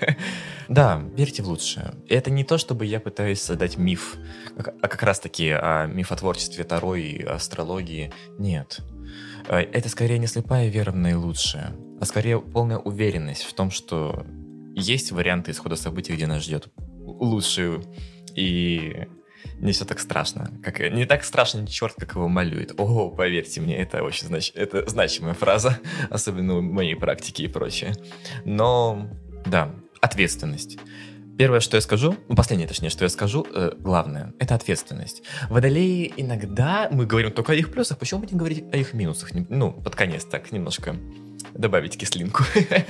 Да, верьте в лучшее. Это не то, чтобы я пытаюсь создать миф, а как раз-таки о мифотворчестве Таро и астрологии. Нет. Это скорее не слепая вера в наилучшее, а скорее полная уверенность в том, что есть варианты исхода событий, где нас ждет лучшую и... Не все так страшно. Не так страшно черт, как его малюет. Ого, поверьте мне, это очень это значимая фраза, особенно в моей практике и прочее. Но, да, ответственность. Первое, что я скажу, последнее, точнее, что я скажу, главное, это ответственность. Водолеи иногда, мы говорим только о их плюсах, почему будем говорить о их минусах? Под конец так, немножко добавить кислинку.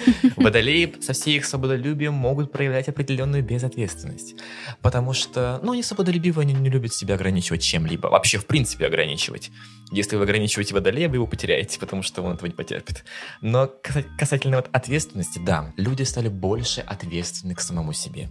Водолеи со всей их свободолюбием могут проявлять определенную безответственность. Потому что, они свободолюбивые, они не любят себя ограничивать чем-либо. Вообще, в принципе, ограничивать. Если вы ограничиваете Водолея, вы его потеряете, потому что он этого не потерпит. Но касательно ответственности, да, люди стали больше ответственны к самому себе.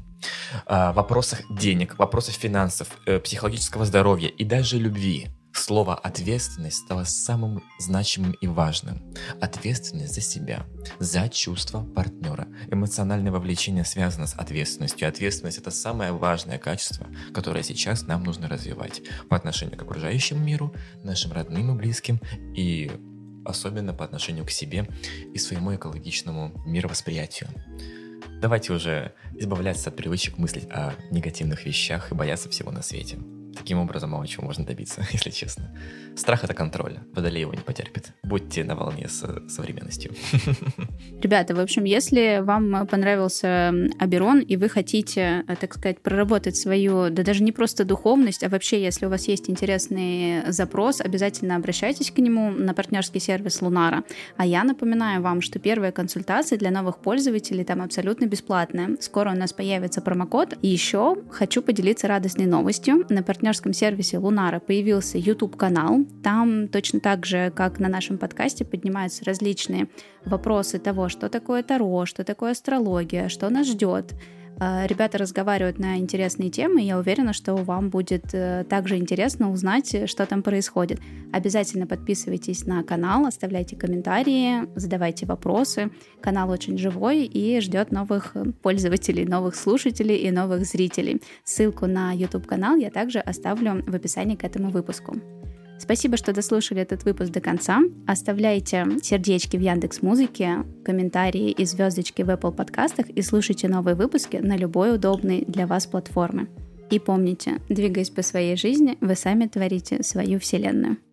В вопросах денег, в вопросах финансов, психологического здоровья и даже любви. Слово «ответственность» стало самым значимым и важным. Ответственность за себя, за чувства партнера. Эмоциональное вовлечение связано с ответственностью. Ответственность — это самое важное качество, которое сейчас нам нужно развивать по отношению к окружающему миру, нашим родным и близким, и особенно по отношению к себе и своему экологичному мировосприятию. Давайте уже избавляться от привычек мыслить о негативных вещах и бояться всего на свете. Таким образом, мало чего можно добиться, если честно. Страх — это контроль. Водолей его не потерпит. Будьте на волне с современностью. Ребята, в общем, если вам понравился Аберон, и вы хотите, так сказать, проработать свою, да даже не просто духовность, а вообще, если у вас есть интересный запрос, обязательно обращайтесь к нему на партнерский сервис Лунара. А я напоминаю вам, что первая консультация для новых пользователей там абсолютно бесплатная. Скоро у нас появится промокод. И еще хочу поделиться радостной новостью. На партнерском сервисе Лунара появился YouTube-канал. Там точно так же, как на нашем подкасте, поднимаются различные вопросы того, что такое Таро, что такое астрология, что нас ждет. Ребята разговаривают на интересные темы, и я уверена, что вам будет также интересно узнать, что там происходит. Обязательно подписывайтесь на канал, оставляйте комментарии, задавайте вопросы. Канал очень живой и ждет новых пользователей, новых слушателей и новых зрителей. Ссылку на YouTube-канал я также оставлю в описании к этому выпуску. Спасибо, что дослушали этот выпуск до конца. Оставляйте сердечки в Яндекс.Музыке, комментарии и звездочки в Apple подкастах и слушайте новые выпуски на любой удобной для вас платформе. И помните, двигаясь по своей жизни, вы сами творите свою вселенную.